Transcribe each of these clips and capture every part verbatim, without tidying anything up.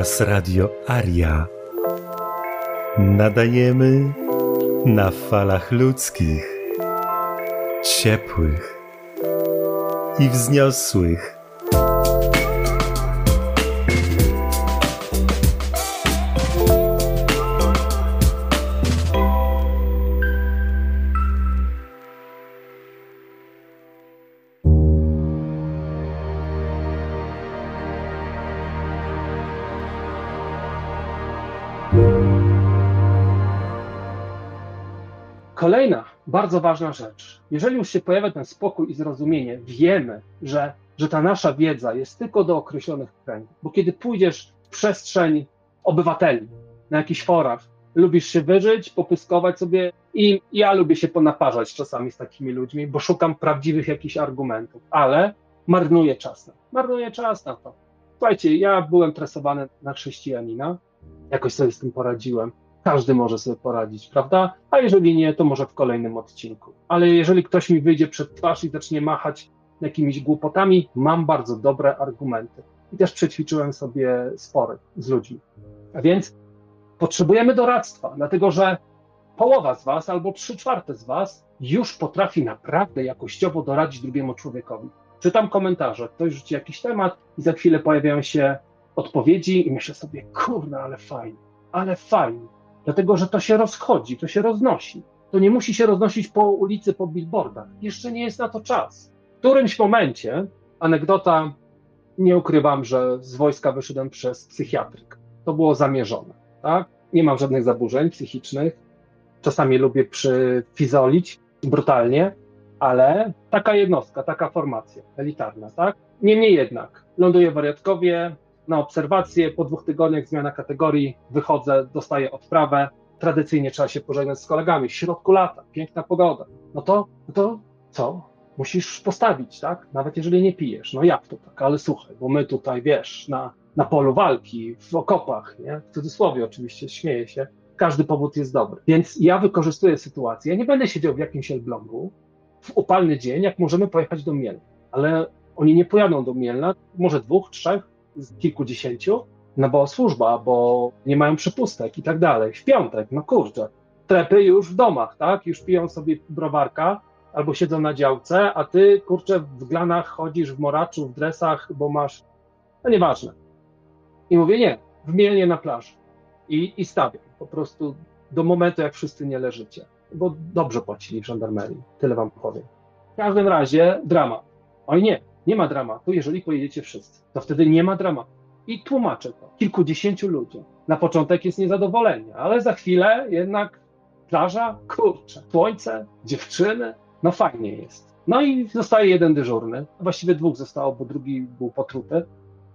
Hałas Radio Aria. Nadajemy na falach ludzkich, ciepłych i wzniosłych. Kolejna bardzo ważna rzecz. Jeżeli już się pojawia ten spokój i zrozumienie, wiemy, że, że ta nasza wiedza jest tylko do określonych kręgów. Bo kiedy pójdziesz w przestrzeń obywateli, na jakichś forach, lubisz się wyżyć, popyskować sobie i ja lubię się ponaparzać czasami z takimi ludźmi, bo szukam prawdziwych jakichś argumentów, ale marnuję czas. Marnuję czas na to. Słuchajcie, ja byłem tresowany na chrześcijanina, jakoś sobie z tym poradziłem. Każdy może sobie poradzić, prawda? A jeżeli nie, to może w kolejnym odcinku. Ale jeżeli ktoś mi wyjdzie przed twarz i zacznie machać jakimiś głupotami, mam bardzo dobre argumenty. I też przećwiczyłem sobie spory z ludźmi. A więc potrzebujemy doradztwa, dlatego że połowa z was albo trzy czwarte z was już potrafi naprawdę jakościowo doradzić drugiemu człowiekowi. Czytam komentarze, ktoś rzuci jakiś temat i za chwilę pojawiają się odpowiedzi i myślę sobie, kurna, ale fajnie, ale fajnie. Dlatego, że to się rozchodzi, to się roznosi. To nie musi się roznosić po ulicy, po billboardach. Jeszcze nie jest na to czas. W którymś momencie, anegdota, nie ukrywam, że z wojska wyszedłem przez psychiatryk. To było zamierzone, tak? Nie mam żadnych zaburzeń psychicznych. Czasami lubię przyfizolić brutalnie, ale taka jednostka, taka formacja elitarna, tak? Niemniej jednak, ląduję w Wariatkowie, na obserwację, po dwóch tygodniach zmiana kategorii, wychodzę, dostaję odprawę, tradycyjnie trzeba się pożegnać z kolegami, w środku lata, piękna pogoda, no to, no to co? Musisz postawić, tak? Nawet jeżeli nie pijesz, no jak to tak, ale słuchaj, bo my tutaj, wiesz, na, na polu walki, w okopach, nie? W cudzysłowie oczywiście, śmieję się, każdy powód jest dobry, więc ja wykorzystuję sytuację, ja nie będę siedział w jakimś Elblągu w upalny dzień, jak możemy pojechać do Mielna, ale oni nie pojadą do Mielna, może dwóch, trzech, z kilkudziesięciu, no bo służba, bo nie mają przypustek i tak dalej. W piątek, no kurczę, trepy już w domach, tak? Już piją sobie browarka albo siedzą na działce, a ty, kurczę, w glanach chodzisz w moraczu, w dresach, bo masz, no nieważne. I mówię, nie, w Mielnie na plaży. I, i stawiam po prostu do momentu, jak wszyscy nie leżycie. Bo dobrze płacili w żandarmerii, tyle wam powiem. W każdym razie dramat. Oj nie, nie ma dramatu, jeżeli pojedziecie wszyscy. To wtedy nie ma dramatu. I tłumaczę to kilkudziesięciu ludziom. Na początek jest niezadowolenie, ale za chwilę jednak plaża, kurczę, słońce, dziewczyny, no fajnie jest. No i zostaje jeden dyżurny, właściwie dwóch zostało, bo drugi był potruty.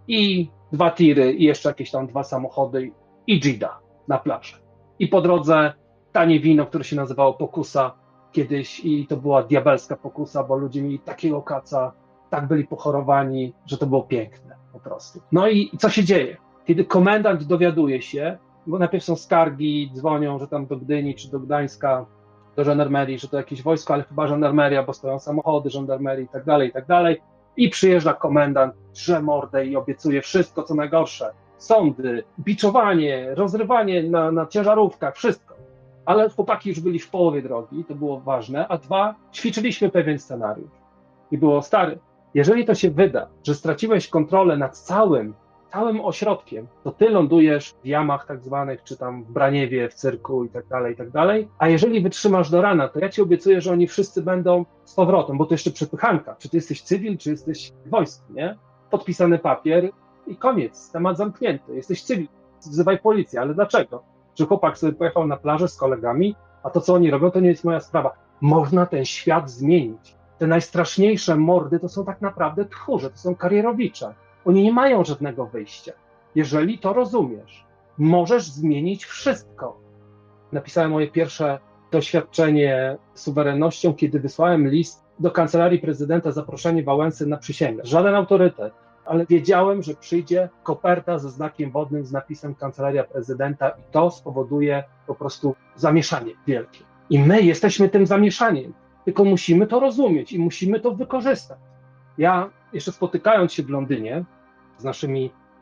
I dwa tiry i jeszcze jakieś tam dwa samochody i dzida na plaży. I po drodze tanie wino, które się nazywało Pokusa kiedyś i to była diabelska pokusa, bo ludzie mieli takiego kaca, tak byli pochorowani, że to było piękne po prostu. No i co się dzieje? Kiedy komendant dowiaduje się, bo najpierw są skargi, dzwonią, że tam do Gdyni czy do Gdańska, do żandarmerii, że to jakieś wojsko, ale chyba żandarmeria, bo stoją samochody żandarmerii i tak dalej, i tak dalej. I przyjeżdża komendant, drze mordę i obiecuje wszystko, co najgorsze. Sądy, biczowanie, rozrywanie na, na ciężarówkach, wszystko. Ale chłopaki już byli w połowie drogi, to było ważne, a dwa, ćwiczyliśmy pewien scenariusz. I było, stary, jeżeli to się wyda, że straciłeś kontrolę nad całym, całym ośrodkiem, to ty lądujesz w jamach tak zwanych, czy tam w Braniewie, w cyrku i tak dalej, i tak dalej. A jeżeli wytrzymasz do rana, to ja ci obiecuję, że oni wszyscy będą z powrotem, bo to jeszcze przepychanka. Czy ty jesteś cywil, czy jesteś wojsko, nie? Podpisany papier i koniec, temat zamknięty. Jesteś cywil, wzywaj policję, ale dlaczego? Że chłopak sobie pojechał na plażę z kolegami, a to, co oni robią, to nie jest moja sprawa. Można ten świat zmienić. Te najstraszniejsze mordy to są tak naprawdę tchórze, to są karierowicze. Oni nie mają żadnego wyjścia. Jeżeli to rozumiesz, możesz zmienić wszystko. Napisałem moje pierwsze doświadczenie suwerennością, kiedy wysłałem list do Kancelarii Prezydenta, zaproszenie Wałęsy na przysięgę. Żaden autorytet, ale wiedziałem, że przyjdzie koperta ze znakiem wodnym z napisem Kancelaria Prezydenta i to spowoduje po prostu zamieszanie wielkie. I my jesteśmy tym zamieszaniem. Tylko musimy to rozumieć i musimy to wykorzystać. Ja, jeszcze spotykając się w Londynie z naszymi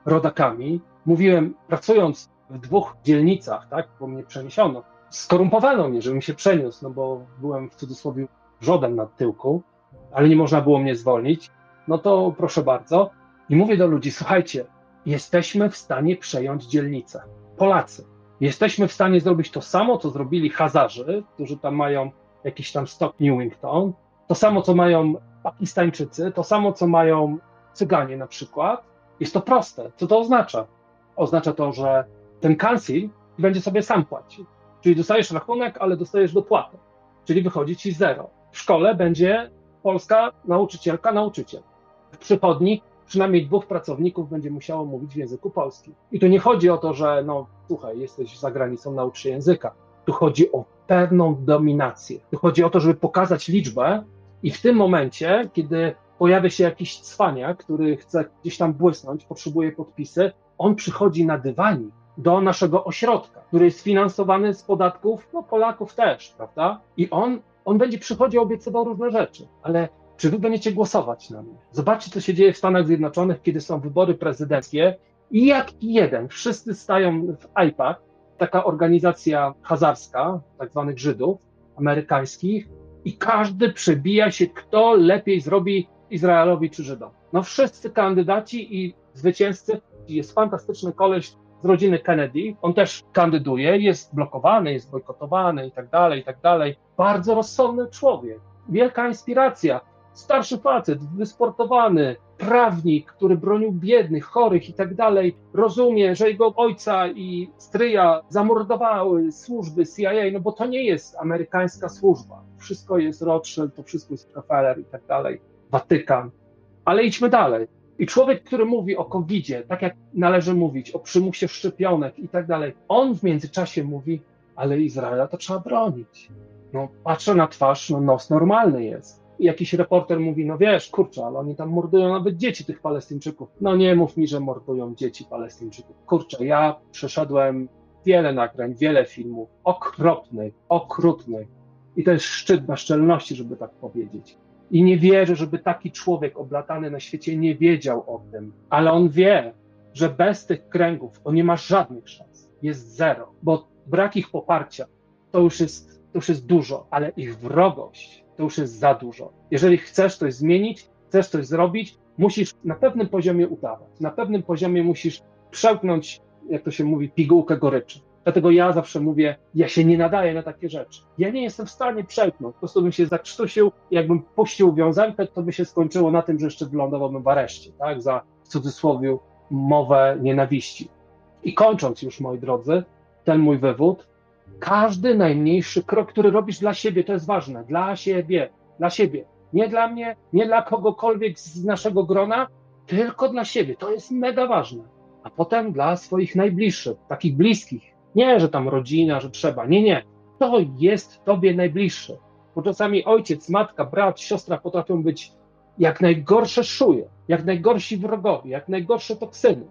rodakami. Mówiłem, pracując w dwóch dzielnicach, tak, bo mnie przeniesiono, skorumpowano mnie, żebym się przeniósł, no bo byłem w cudzysłowie wrzodem na tyłku, ale nie można było mnie zwolnić. No to proszę bardzo. I mówię do ludzi, słuchajcie, jesteśmy w stanie przejąć dzielnicę. Polacy. Jesteśmy w stanie zrobić to samo, co zrobili Hazarzy, którzy tam mają jakiś tam stok Newington, to samo, co mają Pakistańczycy, to samo, co mają Cyganie na przykład. Jest to proste. Co to oznacza? Oznacza to, że ten council będzie sobie sam płacił. Czyli dostajesz rachunek, ale dostajesz dopłatę. Czyli wychodzi ci zero. W szkole będzie polska nauczycielka, nauczyciel. W przychodni przynajmniej dwóch pracowników będzie musiało mówić w języku polskim. I tu nie chodzi o to, że no słuchaj, jesteś za granicą, naucz się języka. Tu chodzi o pewną dominację. Tu chodzi o to, żeby pokazać liczbę i w tym momencie, kiedy pojawia się jakiś cwaniak, który chce gdzieś tam błysnąć, potrzebuje podpisy, on przychodzi na dywanik do naszego ośrodka, który jest finansowany z podatków, no Polaków też, prawda? I on, on będzie przychodził, obiecywał różne rzeczy, ale czy wy będziecie głosować na mnie? Zobaczcie, co się dzieje w Stanach Zjednoczonych, kiedy są wybory prezydenckie i jak jeden, wszyscy stają w I P A C, taka organizacja hazarska, tak zwanych Żydów amerykańskich, i każdy przebija się, kto lepiej zrobi Izraelowi czy Żydom. No wszyscy kandydaci i zwycięzcy. Jest fantastyczny koleś z rodziny Kennedy, on też kandyduje, jest blokowany, jest bojkotowany i tak dalej, i tak dalej. Bardzo rozsądny człowiek, wielka inspiracja, starszy facet, wysportowany, prawnik, który bronił biednych, chorych i tak dalej, rozumie, że jego ojca i stryja zamordowały służby C I A, no bo to nie jest amerykańska służba. Wszystko jest Rothschild, to wszystko jest Rockefeller i tak dalej, Watykan. Ale idźmy dalej. I człowiek, który mówi o kowidzie, tak jak należy mówić, o przymusie szczepionek i tak dalej, on w międzyczasie mówi, ale Izraela to trzeba bronić. No patrzę na twarz, no nos normalny jest. I jakiś reporter mówi, no wiesz, kurczę, ale oni tam mordują nawet dzieci tych Palestyńczyków. No nie mów mi, że mordują dzieci Palestyńczyków. Kurczę, ja przeszedłem wiele nagrań, wiele filmów, okropnych, okrutnych. I to jest szczyt bezczelności, żeby tak powiedzieć. I nie wierzę, żeby taki człowiek oblatany na świecie nie wiedział o tym. Ale on wie, że bez tych kręgów on nie ma żadnych szans. Jest zero, bo brak ich poparcia to już jest, to już jest dużo, ale ich wrogość to już jest za dużo. Jeżeli chcesz coś zmienić, chcesz coś zrobić, musisz na pewnym poziomie udawać. Na pewnym poziomie musisz przełknąć, jak to się mówi, pigułkę goryczy. Dlatego ja zawsze mówię, ja się nie nadaję na takie rzeczy. Ja nie jestem w stanie przełknąć. Po prostu bym się zakrztusił, jakbym puścił wiązankę, to by się skończyło na tym, że jeszcze wylądowałbym w areszcie, tak? Za, w cudzysłowie, mowę nienawiści. I kończąc już, moi drodzy, ten mój wywód, każdy najmniejszy krok, który robisz dla siebie, to jest ważne. Dla siebie, dla siebie. Nie dla mnie, nie dla kogokolwiek z naszego grona, tylko dla siebie. To jest mega ważne. A potem dla swoich najbliższych, takich bliskich. Nie, że tam rodzina, że trzeba. Nie, nie. To jest tobie najbliższe. Bo czasami ojciec, matka, brat, siostra potrafią być jak najgorsze szuje, jak najgorsi wrogowie, jak najgorsze toksyny.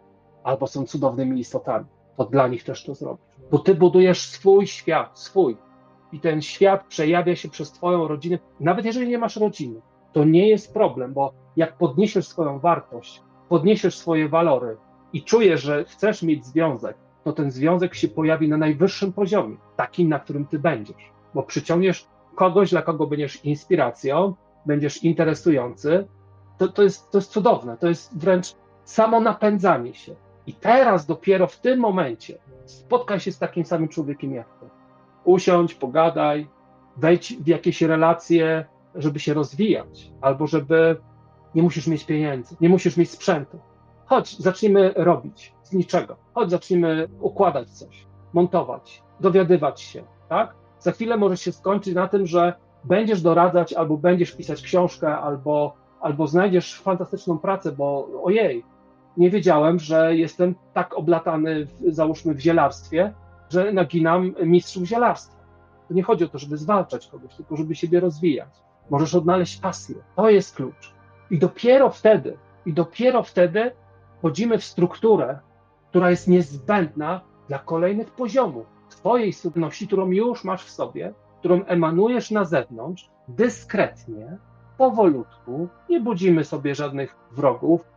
Albo są cudownymi istotami. To dla nich też to zrobisz. Bo ty budujesz swój świat, swój. I ten świat przejawia się przez twoją rodzinę. Nawet jeżeli nie masz rodziny, to nie jest problem, bo jak podniesiesz swoją wartość, podniesiesz swoje walory i czujesz, że chcesz mieć związek, to ten związek się pojawi na najwyższym poziomie, takim, na którym ty będziesz. Bo przyciągniesz kogoś, dla kogo będziesz inspiracją, będziesz interesujący. To, to, jest, to jest cudowne, to jest wręcz samo napędzanie się. I teraz dopiero w tym momencie spotkaj się z takim samym człowiekiem jak ty. Usiądź, pogadaj, wejdź w jakieś relacje, żeby się rozwijać, albo żeby nie musisz mieć pieniędzy, nie musisz mieć sprzętu. Chodź, zacznijmy robić z niczego. Chodź, zacznijmy układać coś, montować, dowiadywać się, tak? Za chwilę może się skończyć na tym, że będziesz doradzać, albo będziesz pisać książkę, albo, albo znajdziesz fantastyczną pracę, bo ojej, nie wiedziałem, że jestem tak oblatany, w, załóżmy, w zielarstwie, że naginam mistrzów zielarstwa. To nie chodzi o to, żeby zwalczać kogoś, tylko żeby siebie rozwijać. Możesz odnaleźć pasję. To jest klucz. I dopiero wtedy, i dopiero wtedy wchodzimy w strukturę, która jest niezbędna dla kolejnych poziomów twojej subtelności, którą już masz w sobie, którą emanujesz na zewnątrz, dyskretnie, powolutku, nie budzimy sobie żadnych wrogów,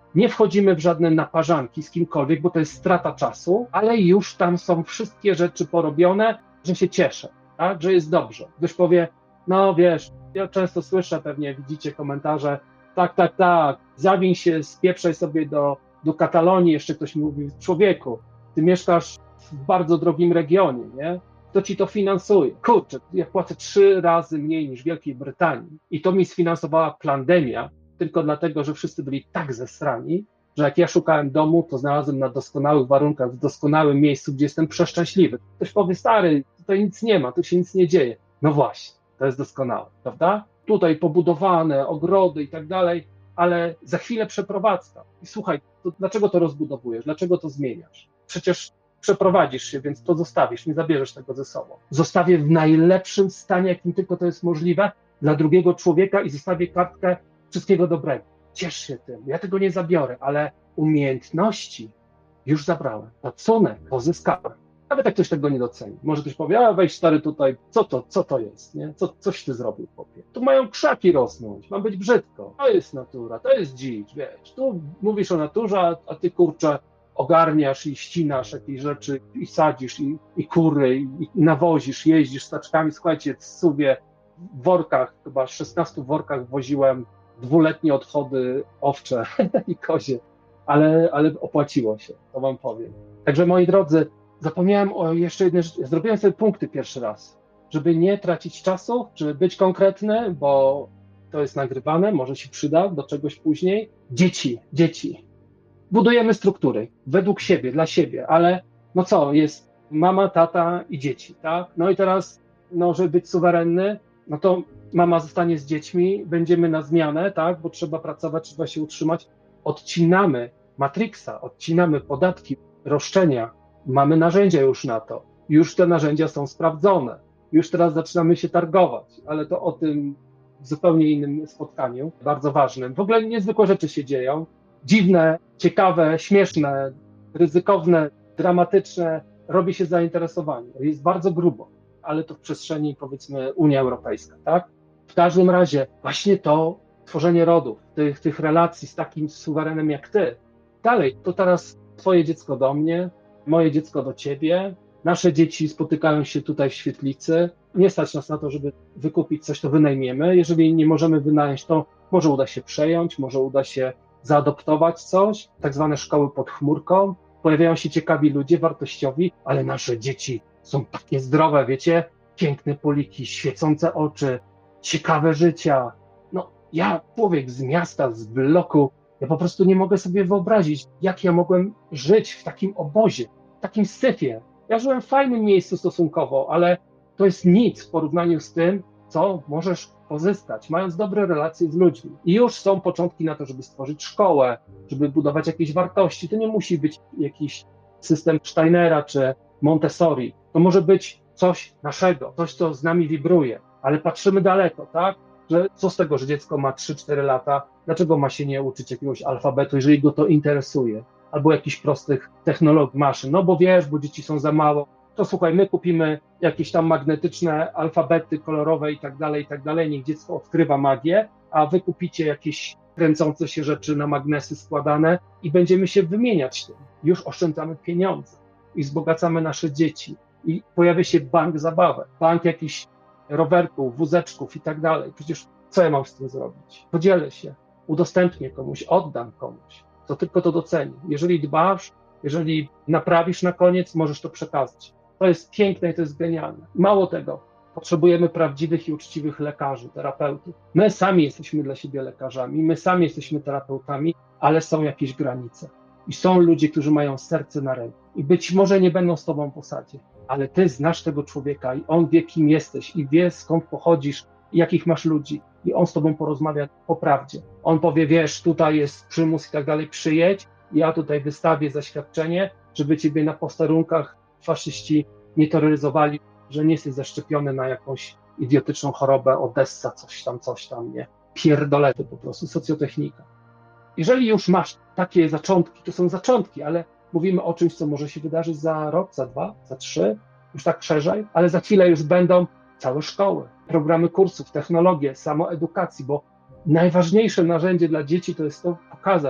Nie wchodzimy w żadne naparzanki z kimkolwiek, bo to jest strata czasu, ale już tam są wszystkie rzeczy porobione, że się cieszę, tak? Że jest dobrze. Ktoś powie, no wiesz, ja często słyszę, pewnie widzicie komentarze, tak, tak, tak, zawiń się, spieprzaj sobie do, do Katalonii, jeszcze ktoś mówi, człowieku, ty mieszkasz w bardzo drogim regionie, nie? Kto ci to finansuje? Kurczę, ja płacę trzy razy mniej niż w Wielkiej Brytanii i to mi sfinansowała pandemia, tylko dlatego, że wszyscy byli tak zesrani, że jak ja szukałem domu, to znalazłem na doskonałych warunkach, w doskonałym miejscu, gdzie jestem przeszczęśliwy. Ktoś powie, stary, tutaj nic nie ma, tu się nic nie dzieje. No właśnie, to jest doskonałe, prawda? Tutaj pobudowane, ogrody i tak dalej, ale za chwilę przeprowadzka. I słuchaj, to dlaczego to rozbudowujesz? Dlaczego to zmieniasz? Przecież przeprowadzisz się, więc to zostawisz, nie zabierzesz tego ze sobą. Zostawię w najlepszym stanie, jakim tylko to jest możliwe, dla drugiego człowieka i zostawię kartkę wszystkiego dobrego. Ciesz się tym, ja tego nie zabiorę, ale umiejętności już zabrałem, szacunek pozyskałem. Nawet jak ktoś tego nie doceni. Może ktoś powie, a weź stary tutaj, co to, co to jest, nie? Co, coś ty zrobił, chłopie. Tu mają krzaki rosnąć, ma być brzydko. To jest natura, to jest dzicz, wiesz. Tu mówisz o naturze, a ty, kurczę, ogarniasz i ścinasz jakieś rzeczy i sadzisz i, i kury i, i nawozisz, jeździsz z taczkami. Słuchajcie, w Suwie w workach, chyba szesnastu workach woziłem dwuletnie odchody owcze i kozie, ale, ale opłaciło się, to wam powiem. Także moi drodzy, zapomniałem o jeszcze jednej rzeczy. Zrobiłem sobie punkty pierwszy raz, żeby nie tracić czasu, żeby być konkretny, bo to jest nagrywane, może się przyda do czegoś później. Dzieci, dzieci. Budujemy struktury według siebie, dla siebie, ale no co, jest mama, tata i dzieci, tak? No i teraz, no żeby być suwerenny, no to mama zostanie z dziećmi, będziemy na zmianę, tak? Bo trzeba pracować, trzeba się utrzymać. Odcinamy Matrixa, odcinamy podatki, roszczenia, mamy narzędzia już na to. Już te narzędzia są sprawdzone. Już teraz zaczynamy się targować, ale to o tym w zupełnie innym spotkaniu, bardzo ważnym. W ogóle niezwykłe rzeczy się dzieją. Dziwne, ciekawe, śmieszne, ryzykowne, dramatyczne. Robi się zainteresowanie. Jest bardzo grubo, ale to w przestrzeni, powiedzmy, Unia Europejska, tak? W każdym razie właśnie to tworzenie rodów, tych, tych relacji z takim suwerenem jak ty. Dalej, to teraz twoje dziecko do mnie, moje dziecko do ciebie, nasze dzieci spotykają się tutaj w świetlicy. Nie stać nas na to, żeby wykupić coś, to wynajmiemy. Jeżeli nie możemy wynająć, to może uda się przejąć, może uda się zaadoptować coś, tak zwane szkoły pod chmurką. Pojawiają się ciekawi ludzie, wartościowi, ale nasze dzieci są takie zdrowe, wiecie? Piękne poliki, świecące oczy, ciekawe życia. No, ja, człowiek z miasta, z bloku, ja po prostu nie mogę sobie wyobrazić, jak ja mogłem żyć w takim obozie, w takim syfie. Ja żyłem w fajnym miejscu stosunkowo, ale to jest nic w porównaniu z tym, co możesz pozyskać, mając dobre relacje z ludźmi. I już są początki na to, żeby stworzyć szkołę, żeby budować jakieś wartości. To nie musi być jakiś system Steinera czy Montessori. To może być coś naszego, coś, co z nami wibruje, ale patrzymy daleko, tak? Że co z tego, że dziecko ma trzy cztery lata, dlaczego ma się nie uczyć jakiegoś alfabetu, jeżeli go to interesuje, albo jakichś prostych technologii, maszyn, no bo wiesz, bo dzieci są za mało, to słuchaj, my kupimy jakieś tam magnetyczne alfabety kolorowe i tak dalej, i tak dalej, niech dziecko odkrywa magię, a wy kupicie jakieś kręcące się rzeczy na magnesy składane i będziemy się wymieniać tym. Już oszczędzamy pieniądze i wzbogacamy nasze dzieci i pojawia się bank zabawek, bank jakichś rowerków, wózeczków i tak dalej. Przecież co ja mam z tym zrobić? Podzielę się, udostępnię komuś, oddam komuś, to tylko to doceni. Jeżeli dbasz, jeżeli naprawisz na koniec, możesz to przekazać. To jest piękne i to jest genialne. Mało tego, potrzebujemy prawdziwych i uczciwych lekarzy, terapeutów. My sami jesteśmy dla siebie lekarzami, my sami jesteśmy terapeutami, ale są jakieś granice. I są ludzie, którzy mają serce na ręku. I być może nie będą z tobą w posadzie, ale ty znasz tego człowieka i on wie, kim jesteś i wie, skąd pochodzisz i jakich masz ludzi. I on z tobą porozmawia po prawdzie. On powie, wiesz, tutaj jest przymus i tak dalej, przyjedź, ja tutaj wystawię zaświadczenie, żeby ciebie na posterunkach faszyści nie terroryzowali, że nie jesteś zaszczepiony na jakąś idiotyczną chorobę, Odessa, coś tam, coś tam, nie? Pierdolety po prostu, socjotechnika. Jeżeli już masz takie zaczątki, to są zaczątki, ale mówimy o czymś, co może się wydarzyć za rok, za dwa, za trzy, już tak szerzej, ale za chwilę już będą całe szkoły, programy kursów, technologie, samoedukacji, bo najważniejsze narzędzie dla dzieci to jest to pokazać,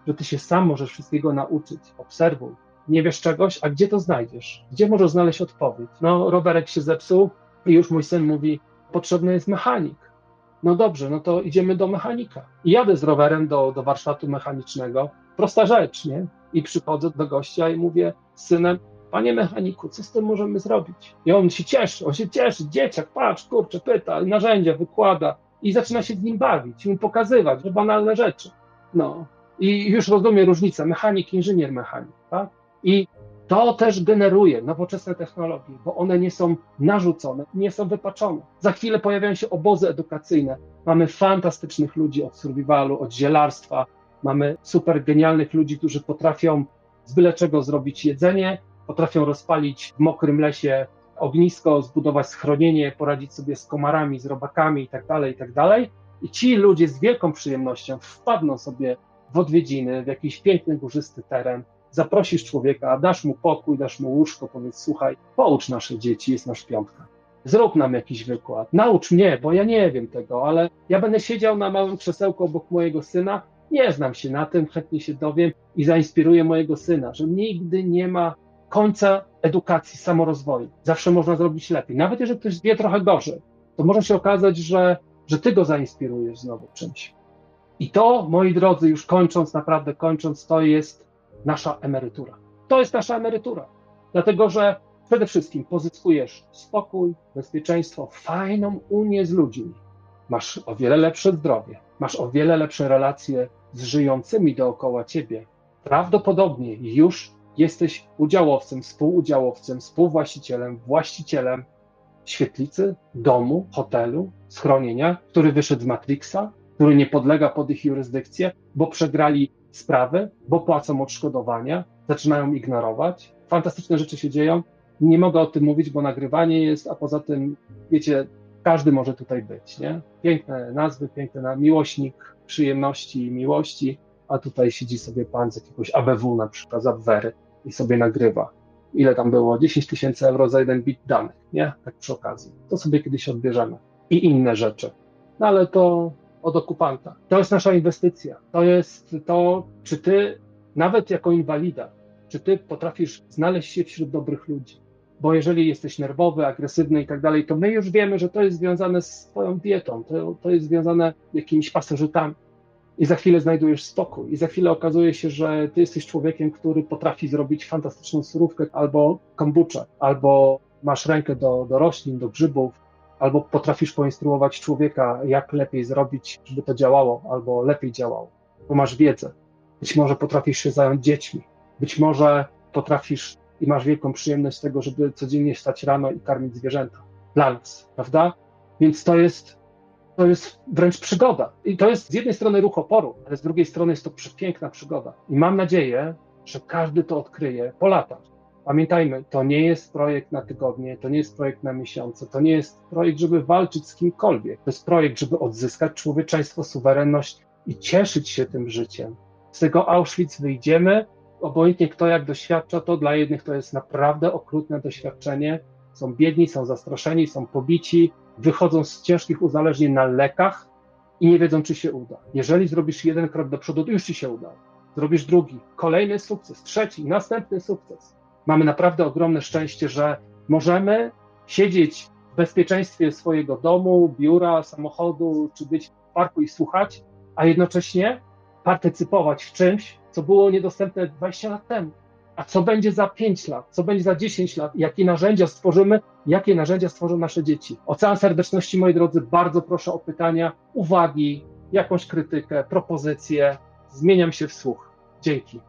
że ty się sam możesz wszystkiego nauczyć. Obserwuj. Nie wiesz czegoś, a gdzie to znajdziesz? Gdzie możesz znaleźć odpowiedź? No, rowerek się zepsuł i już mój syn mówi, potrzebny jest mechanik. No dobrze, no to idziemy do mechanika. I jadę z rowerem do, do warsztatu mechanicznego. Prosta rzecz, nie? I przychodzę do gościa i mówię z synem, panie mechaniku, co z tym możemy zrobić? I on się cieszy, on się cieszy, dzieciak, patrz, kurczę, pyta, narzędzia wykłada i zaczyna się z nim bawić, i mu pokazywać, że banalne rzeczy. No. I już rozumie różnicę, mechanik, inżynier, mechanik, tak? I to też generuje nowoczesne technologie, bo one nie są narzucone, nie są wypaczone. Za chwilę pojawiają się obozy edukacyjne. Mamy fantastycznych ludzi od survivalu, od zielarstwa, mamy super genialnych ludzi, którzy potrafią z byle czego zrobić jedzenie, potrafią rozpalić w mokrym lesie ognisko, zbudować schronienie, poradzić sobie z komarami, z robakami itd., itd. I ci ludzie z wielką przyjemnością wpadną sobie w odwiedziny, w jakiś piękny, górzysty teren, zaprosisz człowieka, dasz mu pokój, dasz mu łóżko, powiedz, słuchaj, poucz nasze dzieci, jest nasz piątka. Zrób nam jakiś wykład, naucz mnie, bo ja nie wiem tego, ale ja będę siedział na małym krzesełku obok mojego syna, nie znam się na tym, chętnie się dowiem i zainspiruję mojego syna, że nigdy nie ma końca edukacji, samorozwoju. Zawsze można zrobić lepiej. Nawet jeżeli ktoś wie trochę gorzej, to może się okazać, że, że ty go zainspirujesz znowu czymś. I to, moi drodzy, już kończąc, naprawdę kończąc, to jest nasza emerytura. To jest nasza emerytura. Dlatego, że przede wszystkim pozyskujesz spokój, bezpieczeństwo, fajną unię z ludźmi. Masz o wiele lepsze zdrowie, masz o wiele lepsze relacje z żyjącymi dookoła ciebie. Prawdopodobnie już jesteś udziałowcem, współudziałowcem, współwłaścicielem, właścicielem świetlicy, domu, hotelu, schronienia, który wyszedł z Matrixa, który nie podlega pod ich jurysdykcję, bo przegrali sprawy, bo płacą odszkodowania, zaczynają ignorować. Fantastyczne rzeczy się dzieją. Nie mogę o tym mówić, bo nagrywanie jest, a poza tym, wiecie, każdy może tutaj być, nie? Piękne nazwy, piękny na miłośnik przyjemności i miłości, a tutaj siedzi sobie pan z jakiegoś A B W na przykład, z Abwery i sobie nagrywa. Ile tam było? dziesięć tysięcy euro za jeden bit danych, nie? Tak przy okazji. To sobie kiedyś odbierzemy. I inne rzeczy. No ale to od okupanta. To jest nasza inwestycja. To jest to, czy ty, nawet jako inwalida, czy ty potrafisz znaleźć się wśród dobrych ludzi. Bo jeżeli jesteś nerwowy, agresywny i tak dalej, to my już wiemy, że to jest związane z twoją dietą, to, to jest związane z jakimiś pasożytami. I za chwilę znajdujesz spokój. I za chwilę okazuje się, że ty jesteś człowiekiem, który potrafi zrobić fantastyczną surówkę albo kombuczę, albo masz rękę do, do roślin, do grzybów, albo potrafisz poinstruować człowieka, jak lepiej zrobić, żeby to działało, albo lepiej działało, bo masz wiedzę. Być może potrafisz się zająć dziećmi. Być może potrafisz i masz wielką przyjemność z tego, żeby codziennie wstać rano i karmić zwierzęta. Dla nas, prawda? Więc to jest, to jest wręcz przygoda. I to jest z jednej strony ruch oporu, ale z drugiej strony jest to przepiękna przygoda. I mam nadzieję, że każdy to odkryje po latach. Pamiętajmy, to nie jest projekt na tygodnie, to nie jest projekt na miesiące, to nie jest projekt, żeby walczyć z kimkolwiek. To jest projekt, żeby odzyskać człowieczeństwo, suwerenność i cieszyć się tym życiem. Z tego Auschwitz wyjdziemy, obojętnie kto jak doświadcza, to dla jednych to jest naprawdę okrutne doświadczenie. Są biedni, są zastraszeni, są pobici, wychodzą z ciężkich uzależnień na lekach i nie wiedzą, czy się uda. Jeżeli zrobisz jeden krok do przodu, to już ci się uda. Zrobisz drugi, kolejny sukces, trzeci, następny sukces. Mamy naprawdę ogromne szczęście, że możemy siedzieć w bezpieczeństwie swojego domu, biura, samochodu, czy być w parku i słuchać, a jednocześnie partycypować w czymś, co było niedostępne dwadzieścia lat temu. A co będzie za pięć lat, co będzie za dziesięć lat, jakie narzędzia stworzymy, jakie narzędzia stworzą nasze dzieci. Ocean serdeczności, moi drodzy, bardzo proszę o pytania, uwagi, jakąś krytykę, propozycje. Zmieniam się w słuch. Dzięki.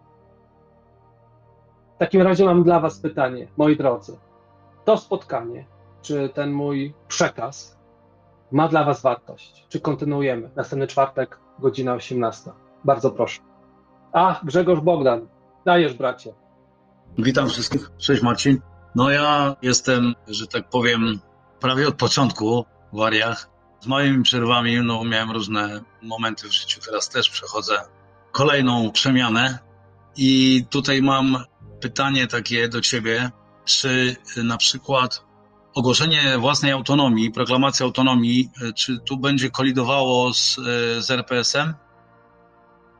W takim razie mam dla was pytanie, moi drodzy. To spotkanie, czy ten mój przekaz ma dla was wartość? Czy kontynuujemy? Następny czwartek, godzina osiemnasta. Bardzo proszę. A, Grzegorz Bogdan. Dajesz, bracie. Witam wszystkich. Cześć, Marcin. No ja jestem, że tak powiem, prawie od początku w Wariach. Z małymi przerwami, no miałem różne momenty w życiu. Teraz też przechodzę kolejną przemianę. I tutaj mam pytanie takie do ciebie. Czy na przykład ogłoszenie własnej autonomii, proklamacja autonomii, czy tu będzie kolidowało z, z R P S em?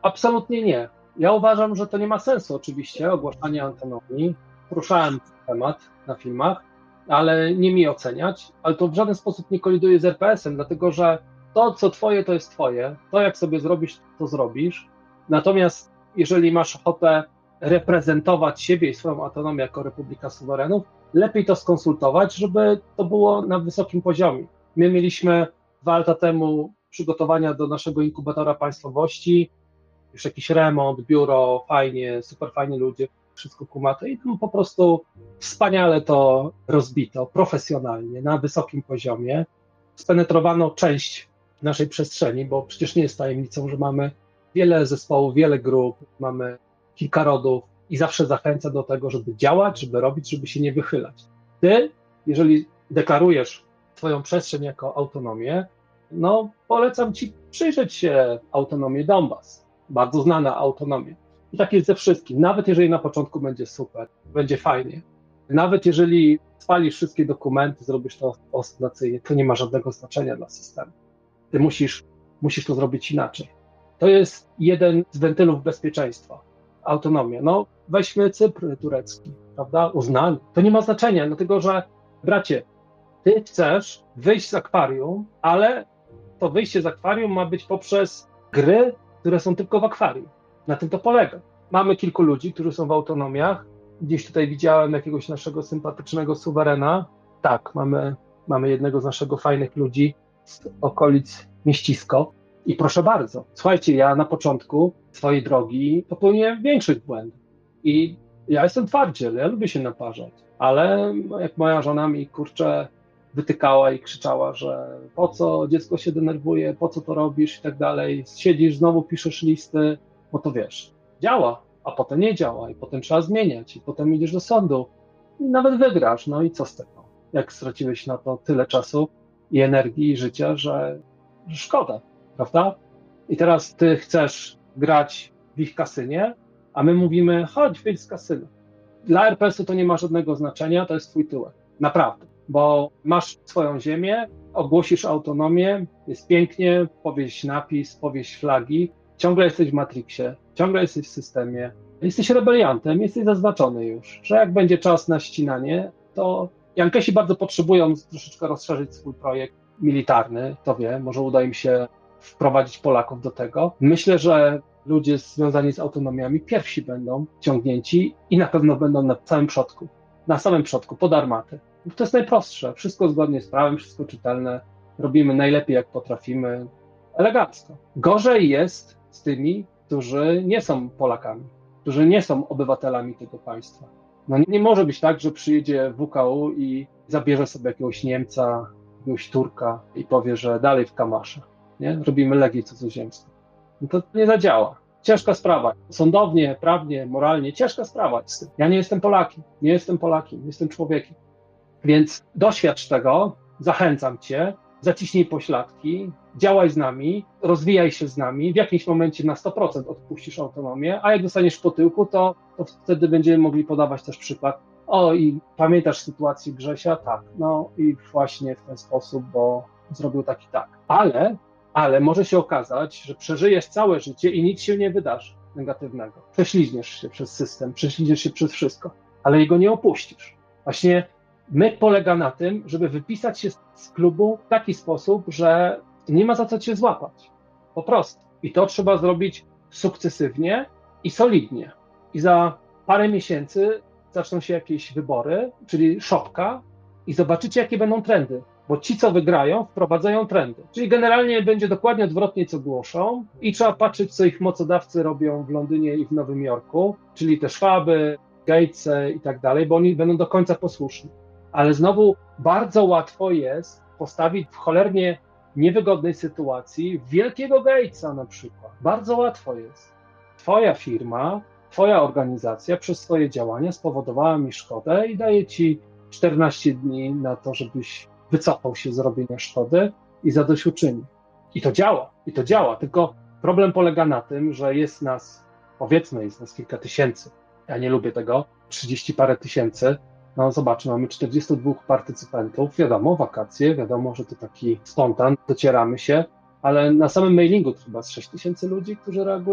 Absolutnie nie. Ja uważam, że to nie ma sensu oczywiście, ogłaszanie autonomii. Poruszałem ten temat na filmach, ale nie mi oceniać, ale to w żaden sposób nie koliduje z er pe esem, dlatego że to, co twoje, to jest twoje. To, jak sobie zrobisz, to zrobisz. Natomiast jeżeli masz ochotę reprezentować siebie i swoją autonomię jako Republika Suwerenów, lepiej to skonsultować, żeby to było na wysokim poziomie. My mieliśmy dwa lata temu przygotowania do naszego inkubatora państwowości, już jakiś remont, biuro, fajnie, super fajni ludzie, wszystko kumate i tam po prostu wspaniale to rozbito, profesjonalnie, na wysokim poziomie. Spenetrowano część naszej przestrzeni, bo przecież nie jest tajemnicą, że mamy wiele zespołów, wiele grup, mamy kilka rodów i zawsze zachęca do tego, żeby działać, żeby robić, żeby się nie wychylać. Ty, jeżeli deklarujesz swoją przestrzeń jako autonomię, no polecam ci przyjrzeć się autonomii Donbas, bardzo znana autonomia. I tak jest ze wszystkim, nawet jeżeli na początku będzie super, będzie fajnie, nawet jeżeli spalisz wszystkie dokumenty, zrobisz to ostentacyjnie, to nie ma żadnego znaczenia dla systemu. Ty musisz, musisz to zrobić inaczej. To jest jeden z wentylów bezpieczeństwa. Autonomia. No weźmy Cypr turecki, prawda? Uznanie. To nie ma znaczenia, dlatego że, bracie, ty chcesz wyjść z akwarium, ale to wyjście z akwarium ma być poprzez gry, które są tylko w akwarium. Na tym to polega. Mamy kilku ludzi, którzy są w autonomiach. Gdzieś tutaj widziałem jakiegoś naszego sympatycznego suwerena. Tak, mamy, mamy jednego z naszych fajnych ludzi z okolic Mieścisko. I proszę bardzo, słuchajcie, ja na początku swojej drogi popełniłem większych błędów. I ja jestem twardziel, ja lubię się naparzać. Ale jak moja żona mi, kurczę, wytykała i krzyczała, że po co dziecko się denerwuje, po co to robisz i tak dalej, siedzisz, znowu piszesz listy, bo to wiesz, działa, a potem nie działa i potem trzeba zmieniać i potem idziesz do sądu i nawet wygrasz, no i co z tego? Jak straciłeś na to tyle czasu i energii i życia, że, że szkoda, prawda? I teraz ty chcesz grać w ich kasynie, a my mówimy, chodź, wyjdź z kasyna. Dla er pe esu to nie ma żadnego znaczenia, to jest twój tyłek, naprawdę, bo masz swoją ziemię, ogłosisz autonomię, jest pięknie, powieś napis, powieś flagi, ciągle jesteś w Matrixie, ciągle jesteś w systemie, jesteś rebeliantem, jesteś zaznaczony już, że jak będzie czas na ścinanie, to Jankesi bardzo potrzebują troszeczkę rozszerzyć swój projekt militarny, kto wie, może uda im się wprowadzić Polaków do tego. Myślę, że ludzie związani z autonomiami pierwsi będą ciągnięci i na pewno będą na samym przodku, na samym przodku, pod armatę. To jest najprostsze, wszystko zgodnie z prawem, wszystko czytelne, robimy najlepiej jak potrafimy, elegancko. Gorzej jest z tymi, którzy nie są Polakami, którzy nie są obywatelami tego państwa. No nie, nie może być tak, że przyjedzie W K U i zabierze sobie jakiegoś Niemca, jakiegoś Turka i powie, że dalej w kamasze, nie? Robimy legię cudzoziemską. No to nie zadziała. Ciężka sprawa. Sądownie, prawnie, moralnie, ciężka sprawa jest z tym. Ja nie jestem Polakiem, nie jestem Polakiem, jestem człowiekiem. Więc doświadcz tego, zachęcam cię, zaciśnij pośladki, działaj z nami, rozwijaj się z nami, w jakimś momencie na sto procent odpuścisz autonomię, a jak dostaniesz po tyłku, to, to wtedy będziemy mogli podawać też przykład. O, i pamiętasz sytuację Grzesia? Tak, no i właśnie w ten sposób, bo zrobił tak i tak. Ale, ale może się okazać, że przeżyjesz całe życie i nic się nie wydarzy negatywnego. Prześlizgniesz się przez system, prześlizgniesz się przez wszystko, ale jego nie opuścisz. Właśnie myk polega na tym, żeby wypisać się z klubu w taki sposób, że nie ma za co cię złapać. Po prostu. I to trzeba zrobić sukcesywnie i solidnie. I za parę miesięcy zaczną się jakieś wybory, czyli szopka, i zobaczycie, jakie będą trendy. Bo ci, co wygrają, wprowadzają trendy. Czyli generalnie będzie dokładnie odwrotnie, co głoszą, i trzeba patrzeć, co ich mocodawcy robią w Londynie i w Nowym Jorku, czyli te Schwaby, Gatesy i tak dalej, bo oni będą do końca posłuszni. Ale znowu bardzo łatwo jest postawić w cholernie niewygodnej sytuacji wielkiego Gatesa na przykład. Bardzo łatwo jest. Twoja firma, twoja organizacja przez swoje działania spowodowała mi szkodę i daje ci czternaście dni na to, żebyś wycofał się z robienia szkody i zadośćuczynił. I to działa, i to działa, tylko problem polega na tym, że jest nas, powiedzmy, jest nas kilka tysięcy. Ja nie lubię tego, trzydzieści parę tysięcy. No zobacz, mamy czterdziestu dwóch partycypantów, wiadomo, wakacje, wiadomo, że to taki spontan, docieramy się, ale na samym mailingu to chyba z sześć tysięcy ludzi, którzy reagują.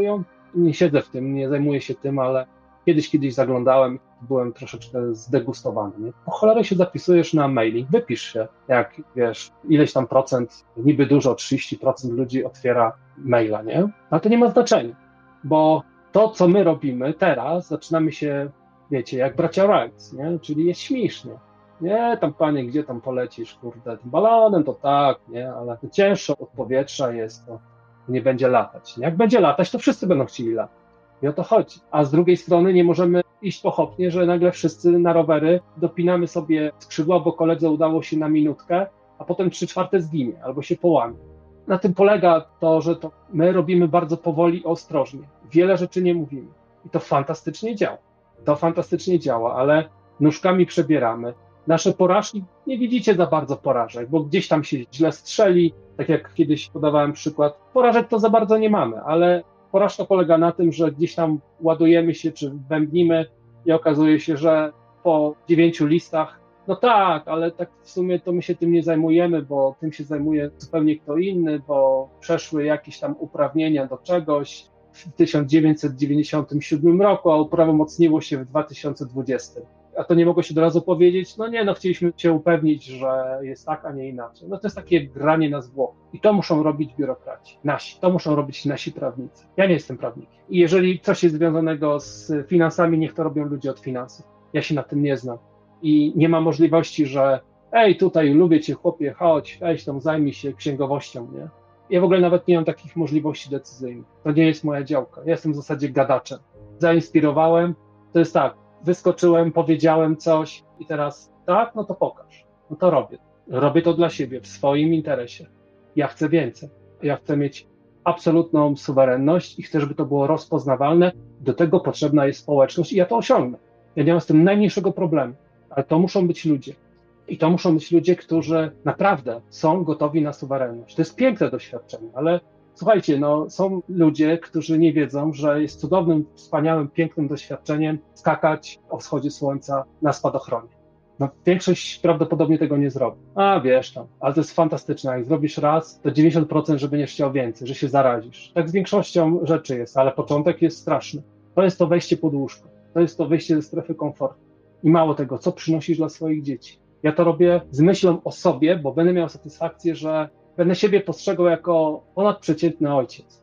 nie siedzę w tym, nie zajmuję się tym, ale kiedyś, kiedyś zaglądałem, byłem troszeczkę zdegustowany. Nie? Po cholerę się zapisujesz na mailing, wypisz się, jak wiesz, ileś tam procent, niby dużo, trzydzieści procent ludzi otwiera maila, nie? Ale to nie ma znaczenia, bo to, co my robimy teraz, zaczynamy się, wiecie, jak bracia Wright, nie? Czyli jest śmiesznie. Nie, tam panie, gdzie tam polecisz, kurde, tym balonem to tak, nie, ale to cięższe od powietrza jest, to nie będzie latać. Nie? Jak będzie latać, to wszyscy będą chcieli latać. I o to chodzi. A z drugiej strony nie możemy iść pochopnie, że nagle wszyscy na rowery dopinamy sobie skrzydła, bo koledze udało się na minutkę, a potem trzy czwarte zginie albo się połamie. Na tym polega to, że to my robimy bardzo powoli i ostrożnie. Wiele rzeczy nie mówimy. I to fantastycznie działa. To fantastycznie działa, ale nóżkami przebieramy. Nasze porażki, nie widzicie za bardzo porażek, bo gdzieś tam się źle strzeli, tak jak kiedyś podawałem przykład. Porażek to za bardzo nie mamy, ale porażka polega na tym, że gdzieś tam ładujemy się czy bębnimy i okazuje się, że po dziewięciu listach, no tak, ale tak w sumie to my się tym nie zajmujemy, bo tym się zajmuje zupełnie kto inny, bo przeszły jakieś tam uprawnienia do czegoś w tysiąc dziewięćset dziewięćdziesiątym siódmym roku, a uprawomocniło się w dwa tysiące dwudziestym. A to nie mogło się od razu powiedzieć, no nie, no chcieliśmy się upewnić, że jest tak, a nie inaczej. No to jest takie granie na zwłoki. I to muszą robić biurokraci, nasi. To muszą robić nasi prawnicy. Ja nie jestem prawnikiem. I jeżeli coś jest związanego z finansami, niech to robią ludzie od finansów. Ja się na tym nie znam. I nie ma możliwości, że ej, tutaj lubię cię, chłopie, chodź, weź tam, zajmij się księgowością, nie? Ja w ogóle nawet nie mam takich możliwości decyzyjnych. To nie jest moja działka. Ja jestem w zasadzie gadaczem. Zainspirowałem, to jest tak, wyskoczyłem, powiedziałem coś i teraz tak, no to pokaż. No to robię. Robię to dla siebie, w swoim interesie. Ja chcę więcej. Ja chcę mieć absolutną suwerenność i chcę, żeby to było rozpoznawalne. Do tego potrzebna jest społeczność i ja to osiągnę. Ja nie mam z tym najmniejszego problemu, ale to muszą być ludzie. I to muszą być ludzie, którzy naprawdę są gotowi na suwerenność. To jest piękne doświadczenie, ale słuchajcie, no są ludzie, którzy nie wiedzą, że jest cudownym, wspaniałym, pięknym doświadczeniem skakać o wschodzie słońca na spadochronie. No większość prawdopodobnie tego nie zrobi. A wiesz tam, ale to jest fantastyczne. Jak zrobisz raz, to dziewięćdziesiąt procent, że będziesz chciał więcej, że się zarazisz. Tak z większością rzeczy jest, ale początek jest straszny. To jest to wejście pod łóżko. To jest to wyjście ze strefy komfortu. I mało tego, co przynosisz dla swoich dzieci. Ja to robię z myślą o sobie, bo będę miał satysfakcję, że będę siebie postrzegał jako ponadprzeciętny ojciec.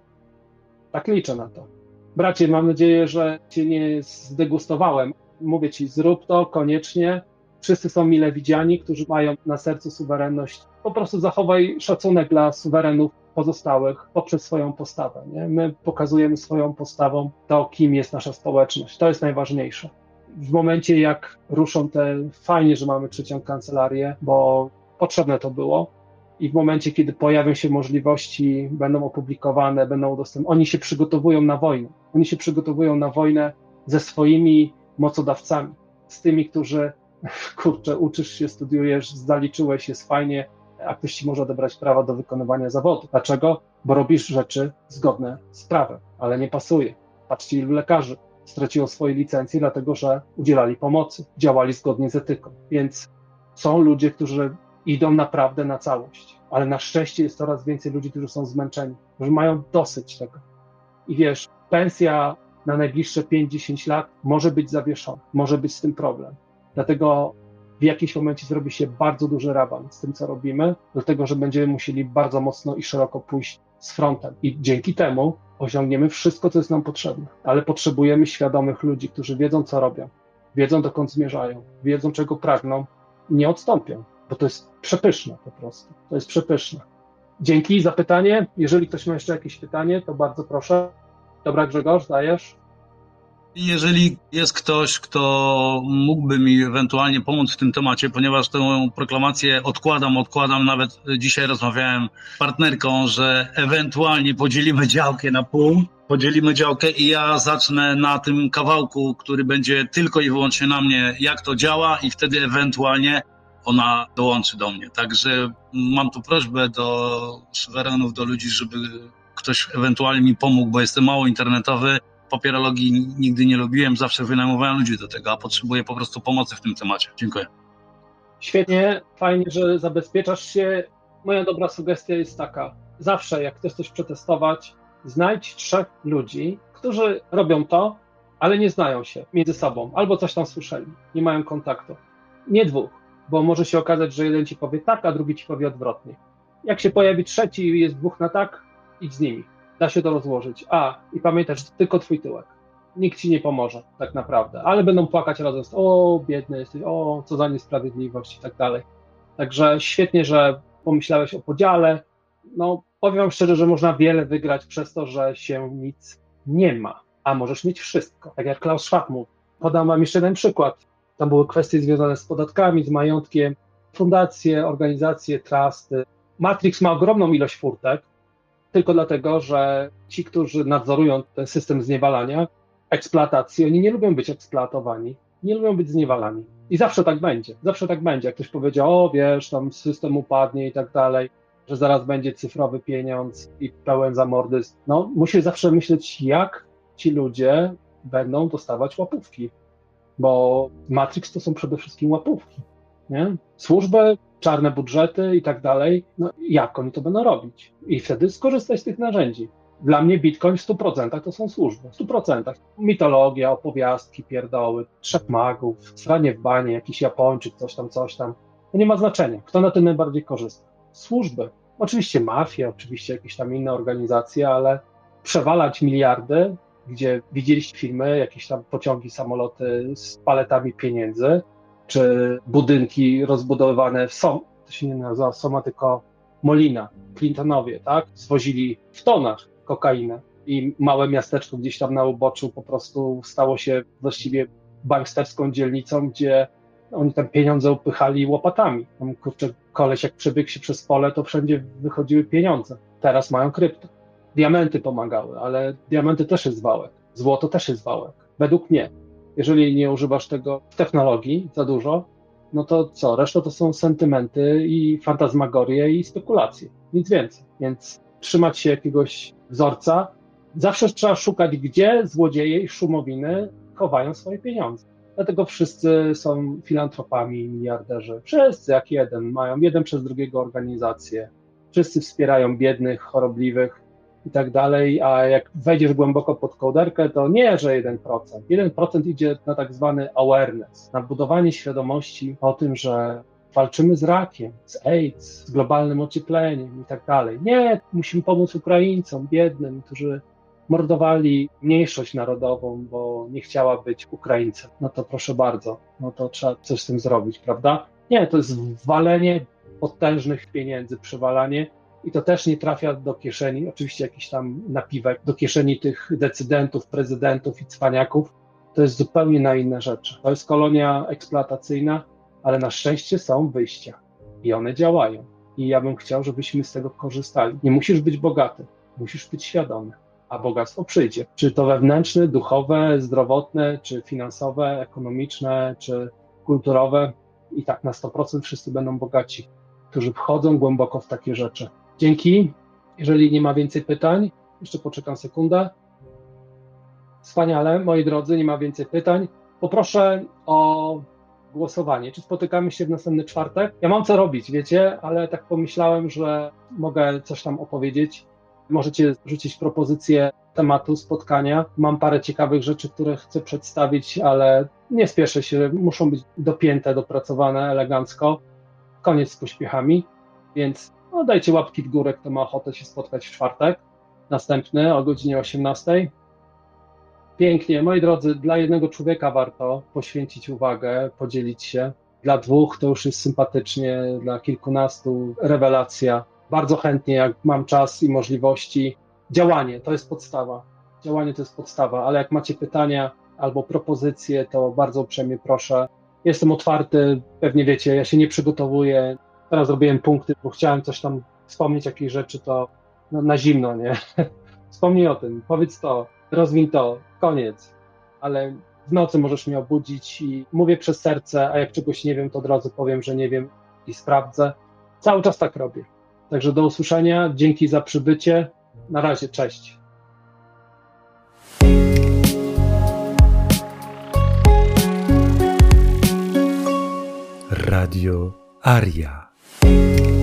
Tak liczę na to. Bracie, mam nadzieję, że cię nie zdegustowałem. Mówię ci, zrób to koniecznie. Wszyscy są mile widziani, którzy mają na sercu suwerenność. Po prostu zachowaj szacunek dla suwerenów pozostałych poprzez swoją postawę. Nie? My pokazujemy swoją postawą to, kim jest nasza społeczność. To jest najważniejsze. W momencie, jak ruszą te, fajnie, że mamy trzecią kancelarię, bo potrzebne to było. I w momencie, kiedy pojawią się możliwości, będą opublikowane, będą udostępnione, oni się przygotowują na wojnę. Oni się przygotowują na wojnę ze swoimi mocodawcami, z tymi, którzy, kurczę, uczysz się, studiujesz, zaliczyłeś, jest fajnie, a ktoś ci może odebrać prawa do wykonywania zawodu. Dlaczego? Bo robisz rzeczy zgodne z prawem, ale nie pasuje. Patrzcie, ilu lekarzy straciło swoje licencje, dlatego że udzielali pomocy, działali zgodnie z etyką. Więc są ludzie, którzy idą naprawdę na całość. Ale na szczęście jest coraz więcej ludzi, którzy są zmęczeni, którzy mają dosyć tego. I wiesz, pensja na najbliższe pięć dziesięć lat może być zawieszona, może być z tym problem. Dlatego w jakimś momencie zrobi się bardzo duży raban z tym, co robimy, dlatego że będziemy musieli bardzo mocno i szeroko pójść z frontem. I dzięki temu osiągniemy wszystko, co jest nam potrzebne. Ale potrzebujemy świadomych ludzi, którzy wiedzą, co robią, wiedzą, dokąd zmierzają, wiedzą, czego pragną i nie odstąpią. Bo to jest przepyszne po prostu. To jest przepyszne. Dzięki za pytanie. Jeżeli ktoś ma jeszcze jakieś pytanie, to bardzo proszę. Dobra, Grzegorz, dajesz? Jeżeli jest ktoś, kto mógłby mi ewentualnie pomóc w tym temacie, ponieważ tę proklamację odkładam, odkładam, nawet dzisiaj rozmawiałem z partnerką, że ewentualnie podzielimy działkę na pół, podzielimy działkę i ja zacznę na tym kawałku, który będzie tylko i wyłącznie na mnie, jak to działa i wtedy ewentualnie ona dołączy do mnie. Także mam tu prośbę do suwerenów, do ludzi, żeby ktoś ewentualnie mi pomógł, bo jestem mało internetowy. Papierologii nigdy nie lubiłem, zawsze wynajmowałem ludzi do tego, a potrzebuję po prostu pomocy w tym temacie. Dziękuję. Świetnie, fajnie, że zabezpieczasz się. Moja dobra sugestia jest taka, zawsze jak chcesz coś przetestować, znajdź trzech ludzi, którzy robią to, ale nie znają się między sobą, albo coś tam słyszeli, nie mają kontaktu. Nie dwóch, bo może się okazać, że jeden ci powie tak, a drugi ci powie odwrotnie. Jak się pojawi trzeci i jest dwóch na tak, idź z nimi. Da się to rozłożyć. A, i pamiętaj, że to tylko twój tyłek. Nikt ci nie pomoże, tak naprawdę. Ale będą płakać razem z o, biedny jesteś, o, co za niesprawiedliwość i tak dalej. Także świetnie, że pomyślałeś o podziale. No, powiem wam szczerze, że można wiele wygrać przez to, że się nic nie ma, a możesz mieć wszystko. Tak jak Klaus Schwab mówi. Podam wam jeszcze jeden przykład. Tam były kwestie związane z podatkami, z majątkiem, fundacje, organizacje, trusty. Matrix ma ogromną ilość furtek, tylko dlatego, że ci, którzy nadzorują ten system zniewalania, eksploatacji, oni nie lubią być eksploatowani, nie lubią być zniewalani. I zawsze tak będzie, zawsze tak będzie. Jak ktoś powiedział, o wiesz, tam system upadnie i tak dalej, że zaraz będzie cyfrowy pieniądz i pełen zamordyzm. No, musisz zawsze myśleć, jak ci ludzie będą dostawać łapówki, bo Matrix to są przede wszystkim łapówki, nie? Służby, czarne budżety i tak dalej, no jak oni to będą robić? I wtedy skorzystać z tych narzędzi. Dla mnie Bitcoin w stu procentach to są służby, w stu procentach. Mitologia, opowiastki, pierdoły, trzech magów, stranie w banie, jakiś Japończyk, coś tam, coś tam. To nie ma znaczenia. Kto na tym najbardziej korzysta? Służby. Oczywiście mafia, oczywiście jakieś tam inne organizacje, ale przewalać miliardy, gdzie widzieliście filmy, jakieś tam pociągi, samoloty z paletami pieniędzy, czy budynki rozbudowywane w Som, to się nie nazywa Soma, tylko Molina, Clintonowie, tak? Zwozili w tonach kokainę i małe miasteczko gdzieś tam na uboczu po prostu stało się właściwie banksterską dzielnicą, gdzie oni tam pieniądze upychali łopatami. Tam, kurczę, koleś jak przebiegł się przez pole, to wszędzie wychodziły pieniądze. Teraz mają krypto. Diamenty pomagały, ale diamenty też jest wałek. Złoto też jest wałek. Według mnie. Jeżeli nie używasz tego w technologii za dużo, no to co? Reszta to są sentymenty i fantazmagorie i spekulacje. Nic więcej. Więc trzymać się jakiegoś wzorca. Zawsze trzeba szukać, gdzie złodzieje i szumowiny chowają swoje pieniądze. Dlatego wszyscy są filantropami, miliarderzy. Wszyscy jak jeden. Mają jeden przez drugiego organizacje. Wszyscy wspierają biednych, chorobliwych i tak dalej, a jak wejdziesz głęboko pod kołderkę, to nie, że jeden procent. jeden procent idzie na tak zwany awareness, na budowanie świadomości o tym, że walczymy z rakiem, z AIDS, z globalnym ociepleniem i tak dalej. Nie, musimy pomóc Ukraińcom, biednym, którzy mordowali mniejszość narodową, bo nie chciała być Ukraińcem. No to proszę bardzo, no to trzeba coś z tym zrobić, prawda? Nie, to jest walenie potężnych pieniędzy, przywalanie i to też nie trafia do kieszeni, oczywiście jakiś tam napiwek, do kieszeni tych decydentów, prezydentów i cwaniaków. To jest zupełnie na inne rzeczy. To jest kolonia eksploatacyjna, ale na szczęście są wyjścia i one działają. I ja bym chciał, żebyśmy z tego korzystali. Nie musisz być bogaty, musisz być świadomy, a bogactwo przyjdzie. Czy to wewnętrzne, duchowe, zdrowotne, czy finansowe, ekonomiczne, czy kulturowe. I tak na sto procent wszyscy będą bogaci, którzy wchodzą głęboko w takie rzeczy. Dzięki. Jeżeli nie ma więcej pytań, jeszcze poczekam sekundę. Wspaniale, moi drodzy, nie ma więcej pytań. Poproszę o głosowanie. Czy spotykamy się w następny czwartek? Ja mam co robić, wiecie, ale tak pomyślałem, że mogę coś tam opowiedzieć. Możecie rzucić propozycję tematu spotkania. Mam parę ciekawych rzeczy, które chcę przedstawić, ale nie spieszę się, muszą być dopięte, dopracowane elegancko. Koniec z pośpiechami, więc no, dajcie łapki w górę, kto ma ochotę się spotkać w czwartek. Następny o godzinie osiemnastej. Pięknie, moi drodzy, dla jednego człowieka warto poświęcić uwagę, podzielić się. Dla dwóch to już jest sympatycznie, dla kilkunastu rewelacja. Bardzo chętnie, jak mam czas i możliwości. Działanie to jest podstawa. Działanie to jest podstawa, ale jak macie pytania albo propozycje, to bardzo uprzejmie proszę. Jestem otwarty, pewnie wiecie, ja się nie przygotowuję. Teraz zrobiłem punkty, bo chciałem coś tam wspomnieć, jakieś rzeczy, to no, na zimno, nie? Wspomnij o tym, powiedz to, rozwiń to, koniec. Ale w nocy możesz mnie obudzić i mówię przez serce, a jak czegoś nie wiem, to od razu powiem, że nie wiem i sprawdzę. Cały czas tak robię. Także do usłyszenia, dzięki za przybycie. Na razie, cześć. Radio Aria.